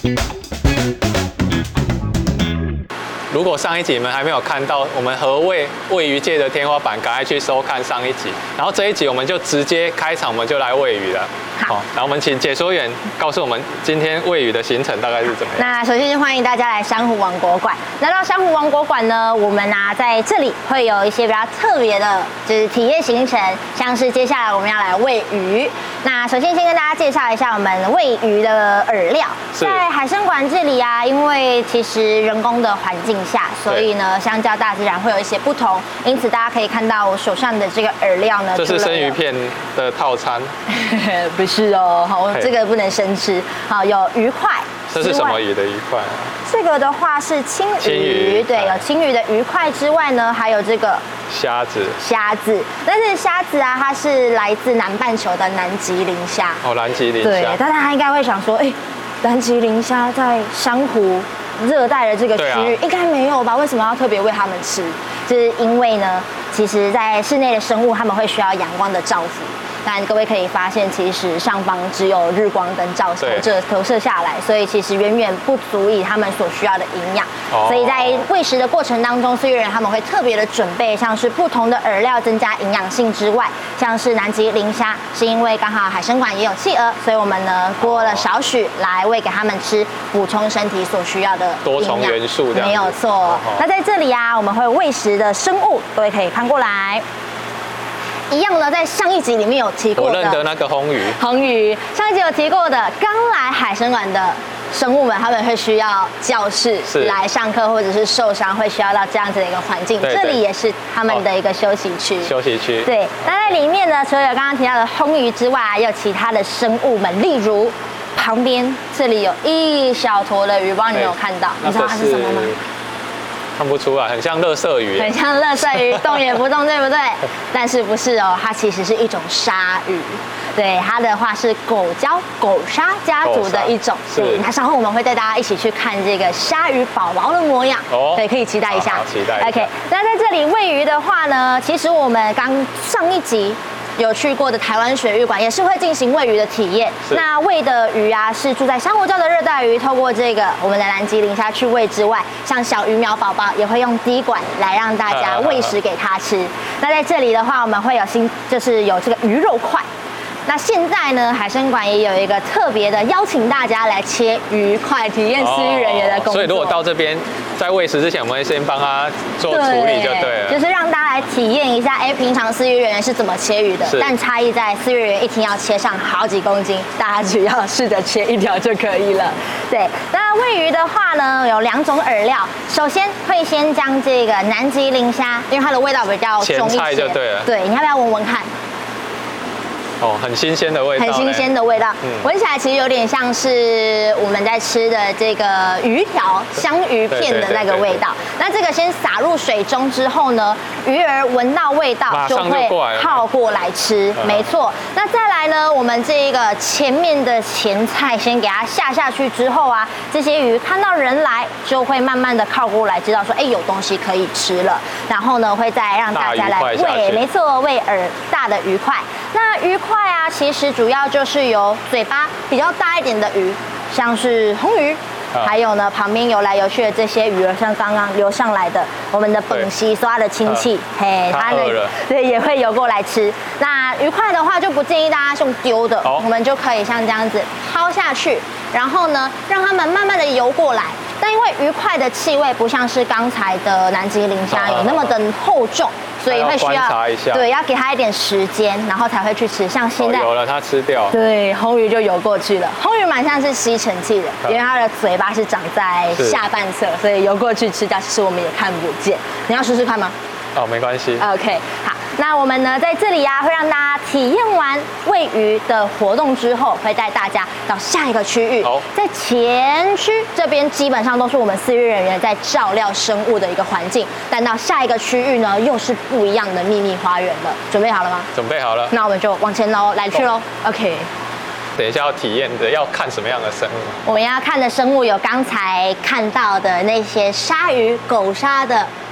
如果上一集你们还没有看到我们何谓喂鱼界的天花板，赶快去收看上一集。然后这一集我们就直接开场，我们就来喂鱼了。好，然后我们请解说员告诉我们今天喂鱼的行程大概是怎么样。 那首先就欢迎大家来珊瑚王国馆。来到珊瑚王国馆呢，我们在这里会有一些比较特别的，就是体验行程，像是接下来我们要来喂鱼。那首先先跟大家介绍一下我们喂鱼的饵料。在海参馆这里啊，因为其实人工的环境下，所以呢，相较大自然会有一些不同。因此大家可以看到我手上的这个饵料呢， 这是生鱼片的套餐。 不是哦，好，这个不能生吃。好，有鱼块。 这是什么鱼的鱼块？ 这个的话是青鱼，对，有青鱼的鱼块之外呢，还有这个虾子。 但是虾子啊，它是来自南半球的南极磷虾。 哦，南极磷虾。 对，但大家应该会想说，南极磷虾在珊瑚热带的这个区域应该没有吧？为什么要特别喂它们吃？就是因为呢，其实在室内的生物，它们会需要阳光的照拂。但各位可以发现，其实上方只有日光灯投射下来，所以其实远远不足以他们所需要的营养。所以在喂食的过程当中，岁月人他们会特别的准备，像是不同的饵料增加营养性之外，像是南极磷虾，是因为刚好海参馆也有企鹅，所以我们呢拨了少许来喂给他们吃，补充身体所需要的多重元素。 没有错。那在这里啊，我们会喂食的生物，各位可以看过来。一样呢，在上一集里面有提过的， 我认得那个红鱼，上一集有提过的，刚来海参馆的生物们，他们会需要教室来上课，或者是受伤会需要到这样子的一个环境，这里也是他们的一个休息区。对，那在里面呢，除了有刚刚提到的红鱼之外，也有其他的生物们，例如旁边这里有一小坨的鱼，不知道你有没有看到？你知道它是什么吗？ 看不出来，很像垃圾鱼， 动也不动，对不对？但是不是哦，它其实是一种鲨鱼。对，它的话是狗鲨家族的一种。对，那稍后我们会带大家一起去看这个鲨鱼宝宝的模样。对，可以期待一下。 期待。 OK， 那在这里喂鱼的话呢，其实我们刚上一集有去过的台湾水域馆也是会进行喂鱼的体验。那喂的鱼啊，是住在珊瑚礁的热带鱼，透过这个我们的南极磷虾去喂之外，像小鱼苗宝宝也会用滴管来让大家喂食给它吃。那在这里的话，我们会有就是有这个鱼肉块。那现在呢，海参馆也有一个特别的，邀请大家来切鱼块，体验饲育人员的工作。 所以如果到这边，在喂食之前，我们会先帮他做处理就对了。 就是让大家来体验一下，平常饲育人员是怎么切鱼的，但差异在饲育人员一天要切上好几公斤，大家只要试着切一条就可以了。对，那喂鱼的话呢，有2种饵料，首先会先将这个南极磷虾，因为它的味道比较重一些， 前菜就对了。 对，你要不要闻闻看？ 很新鲜的味道， 闻起来其实有点像是我们在吃的这个鱼条、香鱼片的那个味道。那这个先撒入水中之后呢，鱼儿闻到味道就会靠过来吃，没错。那再来呢，我们这个前面的前菜先给它下去之后啊，这些鱼看到人来就会慢慢的靠过来，知道说有东西可以吃了。然后呢，会再让大家来喂，没错，喂大的鱼块。那鱼块啊，其实主要就是由嘴巴比较大一点的鱼，像是红鱼，还有呢旁边游来游去的这些鱼儿，像刚刚游上来的我们的本溪刷的亲戚，它对也会游过来吃。那鱼块的话，就不建议大家用丢的，我们就可以像这样子抛下去，然后呢让它们慢慢的游过来。但因为鱼块的气味不像是刚才的南极磷虾有那么的厚重，所以会需要要给它一点时间，然后才会去吃。像现在有了它吃掉， 对，红鱼就游过去了。红鱼蛮像是吸尘器的，因为它的嘴巴是长在下半侧，所以游过去吃掉，其实我们也看不见。你要试试看吗？ 没关系。 OK， 好。那我们呢，在这里会让大家体验完喂鱼的活动之后，会带大家到下一个区域。在前区这边基本上都是我们饲育人员在照料生物的一个环境，但到下一个区域呢，又是不一样的秘密花园了。准备好了吗？ 准备好了。 那我们就往前喽，来去喽。OK。 等一下要体验的要看什么样的生物？我们要看的生物有刚才看到的那些鲨鱼、狗鲨的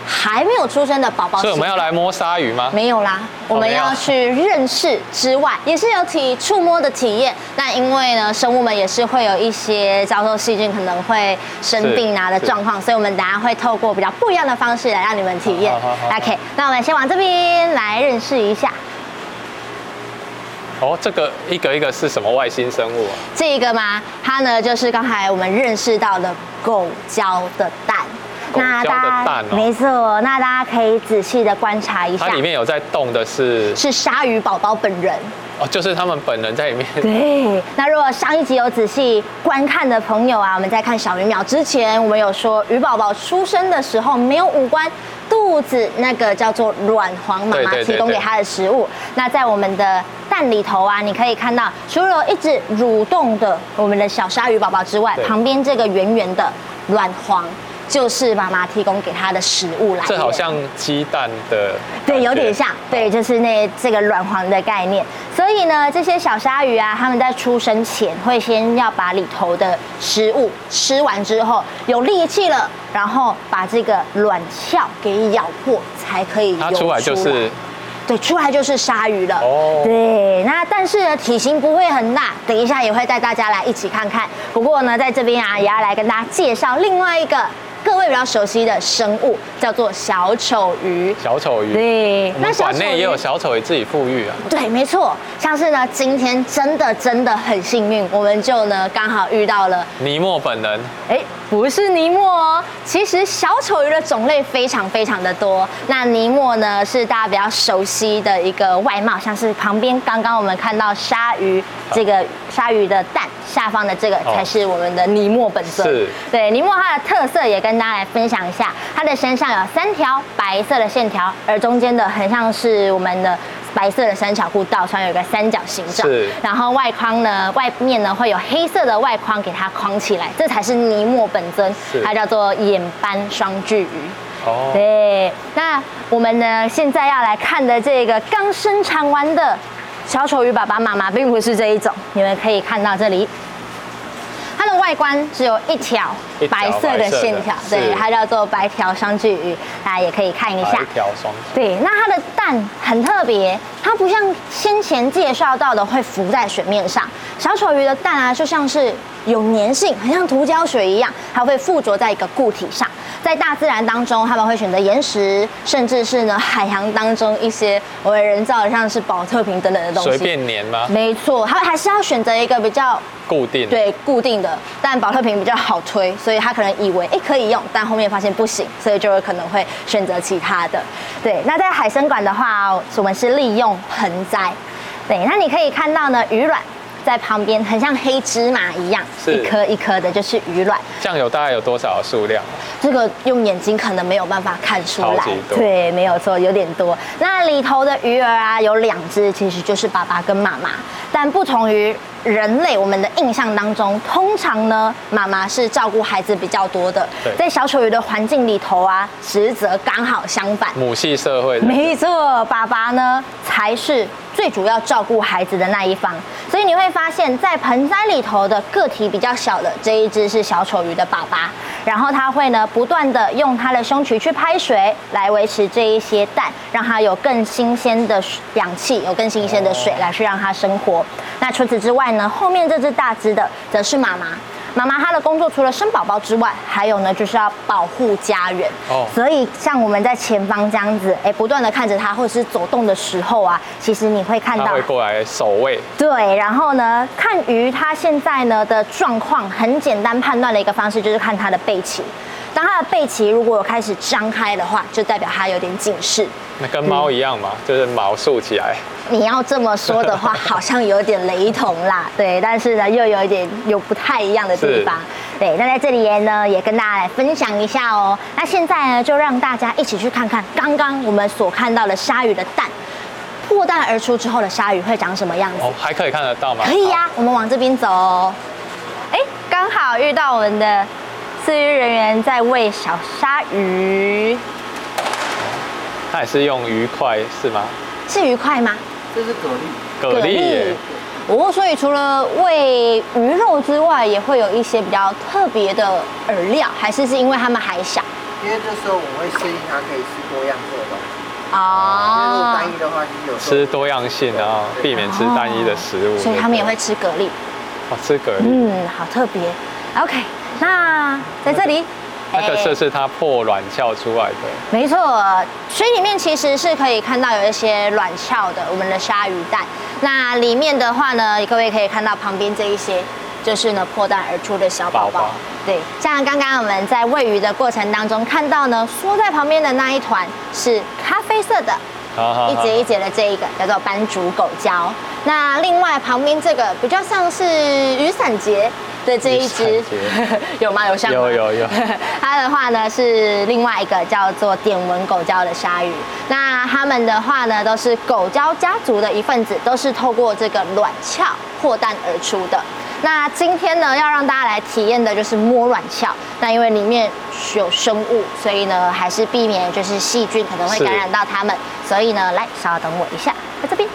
还没有出生的宝宝。 所以我们要来摸鲨鱼吗？ 没有啦，我们要去认识之外，也是有触摸的体验。那因为呢，生物们也是会有一些遭受细菌可能会生病啊的状况，所以我们等下会透过比较不一样的方式来让你们体验。OK， 那我们先往这边来认识一下。 哦，这个一个一个是什么外星生物啊？ 这个吗？它呢就是刚才我们认识到的狗胶的蛋。 那大家没错，那大家可以仔细的观察一下， 它里面有在动的是鲨鱼宝宝本人。 哦，就是他们本人在里面。 对，那如果上一集有仔细观看的朋友啊，我们在看小鱼苗之前，我们有说鱼宝宝出生的时候没有五官，肚子那个叫做卵黄，妈妈提供给它的食物。那在我们的蛋里头啊，你可以看到，除了一直蠕动的我们的小鲨鱼宝宝之外，旁边这个圆圆的卵黄。就是妈妈提供给它的食物来源， 这好像鸡蛋的， 对，有点像，对，就是这个卵黄的概念。所以呢，这些小鲨鱼啊，它们在出生前会先要把里头的食物吃完之后，有力气了，然后把这个卵鞘给咬破，才可以游出来。 它出来就是。 对，出来就是鲨鱼了。哦，对，那但是呢，体型不会很大，等一下也会带大家来一起看看。不过呢，在这边啊，也要来跟大家介绍另外一个各位比较熟悉的生物，叫做小丑鱼。 小丑鱼， 对， 那馆内也有小丑鱼自己富裕啊。 对，没错，像是呢，今天真的很幸运，我们就呢刚好遇到了尼莫本人。 哎，不是尼莫哦，其实小丑鱼的种类非常的多。那尼莫呢，是大家比较熟悉的一个外貌，像是旁边刚刚我们看到鲨鱼这个鲨鱼的蛋下方的这个才是我们的尼莫本尊。 是， 对，尼莫它的特色也跟大家来分享一下，它的身上有3条白色的线条，而中间的很像是我们的白色的三角裤倒穿，有一个三角形状。 是， 然后外面呢会有黑色的外框给它框起来，这才是尼莫本尊，它叫做眼斑双巨鱼。哦，对，那我们呢现在要来看的这个刚生产完的小丑鱼爸爸妈妈，并不是这一种，你们可以看到这里。它的外观只有一条白色的线条，对，它叫做白条双巨鱼，大家也可以看一下。 白条双巨。 对，那它的蛋很特别，它不像先前介绍到的会浮在水面上，小丑鱼的蛋啊，就像是有粘性，很像涂胶水一样，它会附着在一个固体上。在大自然当中，他们会选择岩石，甚至是呢海洋当中一些我们人造的，像是保特瓶等等的东西。 随便粘吗？ 没错，它还是要选择一个比较固定， 对，固定的。但保特瓶比较好推，所以他可能以为可以用，但后面发现不行，所以就有可能会选择其他的。对，那在海参馆的话，我们是利用盆栽。对，那你可以看到呢鱼卵。在旁边很像黑芝麻一样，一颗一颗的，就是鱼卵。 这样有大概有多少数量？ 这个用眼睛可能没有办法看出来。 对， 没有错，有点多。那里头的鱼儿啊，有2只，其实就是爸爸跟妈妈。但不同于人类，我们的印象当中，通常呢，妈妈是照顾孩子比较多的。在小丑鱼的环境里头啊，实则刚好相反， 母系社会。 没错，爸爸呢才是最主要照顾孩子的那一方。所以你会发现在盆栽里头的个体比较小的这一只是小丑鱼的爸爸，然后他会呢不断的用他的胸鳍去拍水来维持这一些蛋，让它有更新鲜的氧气，有更新鲜的水来去让它生活。那除此之外呢，后面这只大只的则是妈妈。妈妈她的工作除了生宝宝之外，还有呢就是要保护家人。所以像我们在前方这样子，不断的看着它，或者是走动的时候啊，其实你会看到它会过来守卫。 对，然后呢，看鱼它现在呢的状况，很简单判断的一个方式就是看它的背鳍。当它的背鳍如果有开始张开的话，就代表它有点警示。 那跟猫一样嘛，就是毛竖起来。 你要这么说的话，好像有点雷同啦，对，但是呢，又有不太一样的地方。对，那在这里呢，也跟大家来分享一下哦。那现在呢，就让大家一起去看看刚刚我们所看到的鲨鱼的蛋，破蛋而出之后的鲨鱼会长什么样子？ 还可以看得到吗？ 可以呀，我们往这边走哦。刚好遇到我们的饲育人员在喂小鲨鱼。 它也是用鱼块是吗？ 是鱼块吗？ 这是蛤蜊耶。 所以除了喂鱼肉之外，也会有一些比较特别的饵料，还是因为它们还小？ 因为这时候我会适应它可以吃多样色的东西。 哦。 如果单一的话，就是有吃多样性，然后避免吃单一的食物。 所以他们也会吃蛤蜊。 吃蛤蜊。 好特别。OK， 那在这里。 那个是它破卵鞘出来的， 没错，水里面其实是可以看到有一些卵鞘的，我们的鲨鱼蛋。那里面的话呢，各位可以看到旁边这一些，就是呢破蛋而出的小宝宝。对，像刚刚我们在喂鱼的过程当中看到呢，缩在旁边的那一团是咖啡色的，一节一节的这一个叫做斑竹狗胶。那另外旁边这个比较像是雨伞节的这一只有吗？有像吗？ 有。 它的话呢是另外一个叫做点纹狗胶的鲨鱼。那它们的话呢都是狗胶家族的一份子，都是透过这个卵鞘破蛋而出的。那今天呢要让大家来体验的就是摸卵鞘。那因为里面有生物，所以呢还是避免就是细菌可能会感染到它们。所以呢，来稍等我一下，在这边。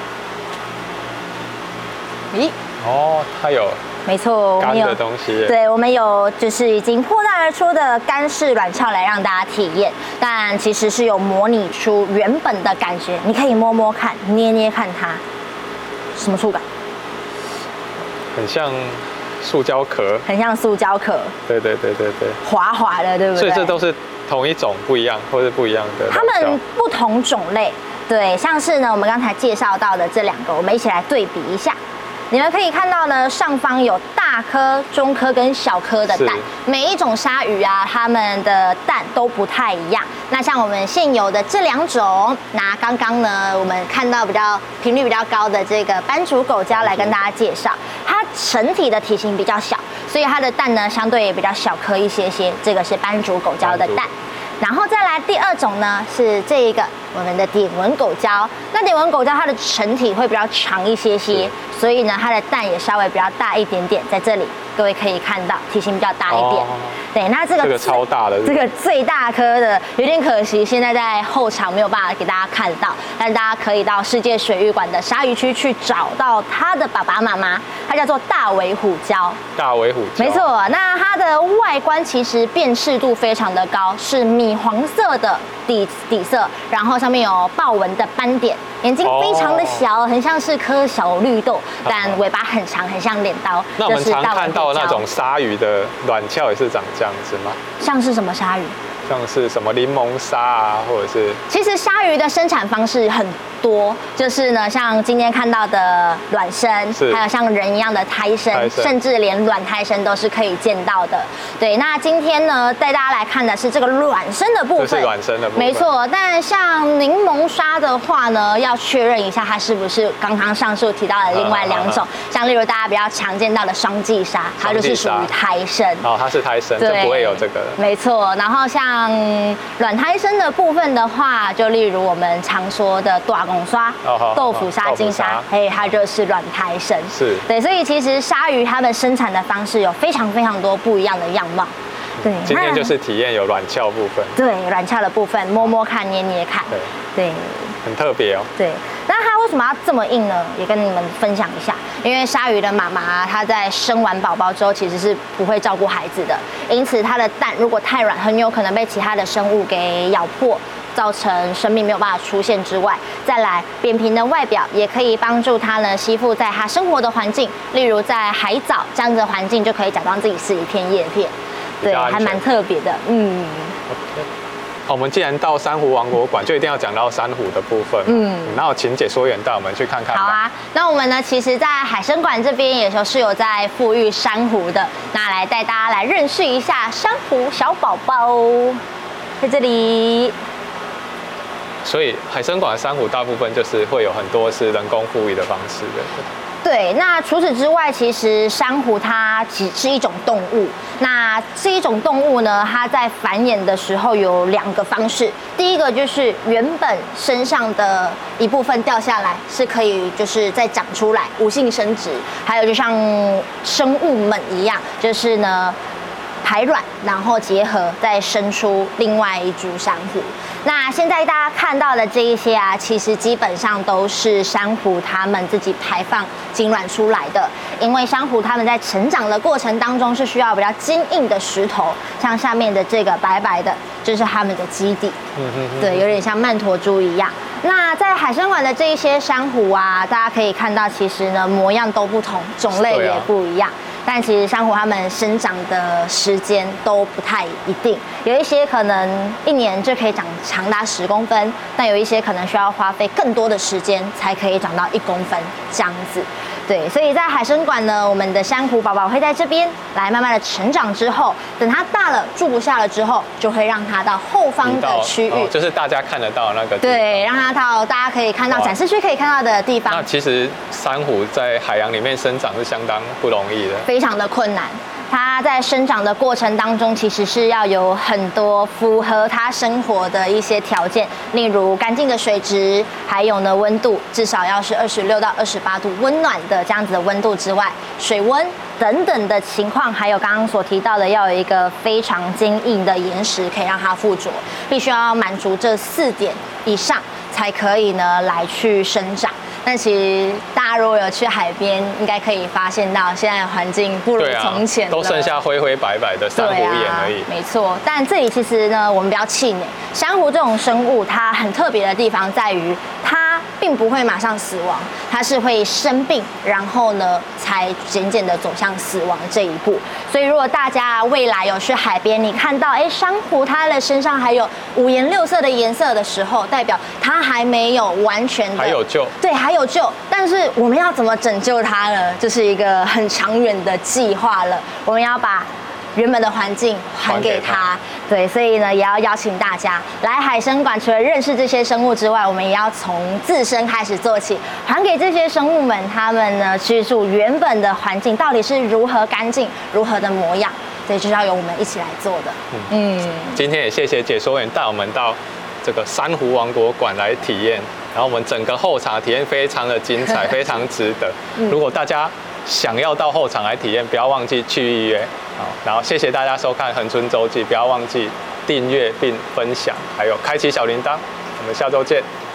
咦？ 它有。 没错， 干的东西。 对，我们有就是已经破蛋而出的干式卵鞘来让大家体验，但其实是有模拟出原本的感觉，你可以摸摸看、捏捏看它，什么触感？ 很像塑胶壳。很像塑胶壳。 对。 滑滑的，对不对？ 所以这都是同一种不一样，或是不一样的。 它们不同种类，对，像是呢我们刚才介绍到的这两个，我们一起来对比一下。你们可以看到呢，上方有大颗、中颗跟小颗的蛋，每一种鲨鱼啊，它们的蛋都不太一样。那像我们现有的这两种，拿刚刚呢我们看到频率比较高的这个斑竹狗胶来跟大家介绍，它整体的体型比较小，所以它的蛋呢相对也比较小颗一些些。这个是斑竹狗胶的蛋。然后再来第二种呢，是这一个我们的点纹狗胶。那点纹狗胶它的成体会比较长一些些，所以呢它的蛋也稍微比较大一点点，在这里各位可以看到体型比较大一点。对，那这个超大的， 这个最大颗的有点可惜，现在在后场没有办法给大家看到，但大家可以到世界水域馆的鲨鱼区去找到它的爸爸妈妈，它叫做大尾虎鲛。 大尾虎鲛， 没错。那它的外观其实辨识度非常的高，是米黄色的底色，然后上面有豹纹的斑点，眼睛非常的小，很像是颗小绿豆，但尾巴很长，很像镰刀。 那我们常看到那种鲨鱼的卵鞘也是长这样子吗？ 像是什么鲨鱼？ 像是什么柠檬鲨啊，或者是…… 其实鲨鱼的生产方式很多，就是呢，像今天看到的卵生，还有像人一样的胎生，甚至连卵胎生都是可以见到的。对，那今天呢，带大家来看的是这个卵生的部分， 这是卵生的部分， 没错。但像柠檬鲨的话呢，要确认一下它是不是刚刚上述提到的另外两种，像例如大家比较常见到的双髻鲨，它就是属于胎生。 它是胎生，就不会有这个。 没错。然后像卵胎生的部分的话，就例如我们常说的大拱鲨、豆腐鲨、金鲨，它就是卵胎生。 是， 对，所以其实鲨鱼它们生产的方式有非常非常多不一样的样貌。对， 今天就是体验有卵鞘部分。 对，卵鞘的部分摸摸看、捏捏看。对， 很特别哦。 对，那它为什么要这么硬呢？也跟你们分享一下。因为鲨鱼的妈妈她在生完宝宝之后其实是不会照顾孩子的，因此它的蛋如果太软，很有可能被其他的生物给咬破，造成生命没有办法出现之外，再来扁平的外表也可以帮助它呢吸附在它生活的环境，例如在海藻这样子的环境，就可以假装自己是一片叶片。对，还蛮特别的。 我们既然到珊瑚王国馆，就一定要讲到珊瑚的部分。那我请解说员带我们去看看。 好啊，那我们呢，其实在海生馆这边也是有在富裕珊瑚的，那来带大家来认识一下珊瑚小宝宝，在这里。 所以海生馆的珊瑚大部分就是会有很多是人工复育的方式的。 对，那除此之外，其实珊瑚它只是一种动物。那这一种动物呢，它在繁衍的时候有两个方式。第一个就是原本身上的一部分掉下来，是可以就是再长出来，无性生殖。还有就像生物们一样，就是呢， 排卵，然后结合再生出另外一株珊瑚。那现在大家看到的这一些啊，其实基本上都是珊瑚它们自己排放精卵出来的。因为珊瑚它们在成长的过程当中是需要比较坚硬的石头，像下面的这个白白的，就是它们的基底。对，有点像曼陀珠一样。那在海参馆的这一些珊瑚啊，大家可以看到，其实呢模样都不同，种类也不一样。但其实珊瑚它们生长的时间都不太一定，有一些可能1年就可以长达10公分，但有一些可能需要花费更多的时间才可以长到1公分这样子。对，所以在海参馆呢，我们的珊瑚宝宝会在这边来慢慢的成长之后，等它大了住不下了之后，就会让它到后方的区域， 就是大家看得到那个地方。 对，让它到大家可以看到展示区可以看到的地方。 那其实珊瑚在海洋里面生长是相当不容易的， 非常的困难。它在生长的过程当中，其实是要有很多符合它生活的一些条件，例如干净的水质，还有呢温度至少要是26到28度温暖的这样子的温度之外，水温等等的情况，还有刚刚所提到的要有一个非常坚硬的岩石可以让它附着，必须要满足这4点以上才可以呢来去生长。但其实大家如果有去海边，应该可以发现到现在的环境不如从前了， 都剩下灰灰白白的珊瑚岩而已。 没错，但这里其实呢，我们不要气馁。珊瑚这种生物，它很特别的地方在于，它并不会马上死亡，它是会生病，然后呢，才渐渐的走向死亡这一步。所以，如果大家未来有去海边，你看到珊瑚它的身上还有5颜6色的颜色的时候，代表它还没有完全的还有救， 对，还有救。但是我们要怎么拯救它呢？这是一个很长远的计划了。我们要把原本的环境还给它。对，所以呢，也要邀请大家来海参馆，除了认识这些生物之外，我们也要从自身开始做起，还给这些生物们他们呢居住原本的环境到底是如何干净、如何的模样，所以就是要由我们一起来做的。 今天也谢谢解说员带我们到这个珊瑚王国馆来体验，然后我们整个后场体验非常的精彩，非常值得。如果大家想要到后场来体验，不要忘记去预约。好，然后谢谢大家收看恒春周记，不要忘记订阅并分享，还有开启小铃铛。我们下周见。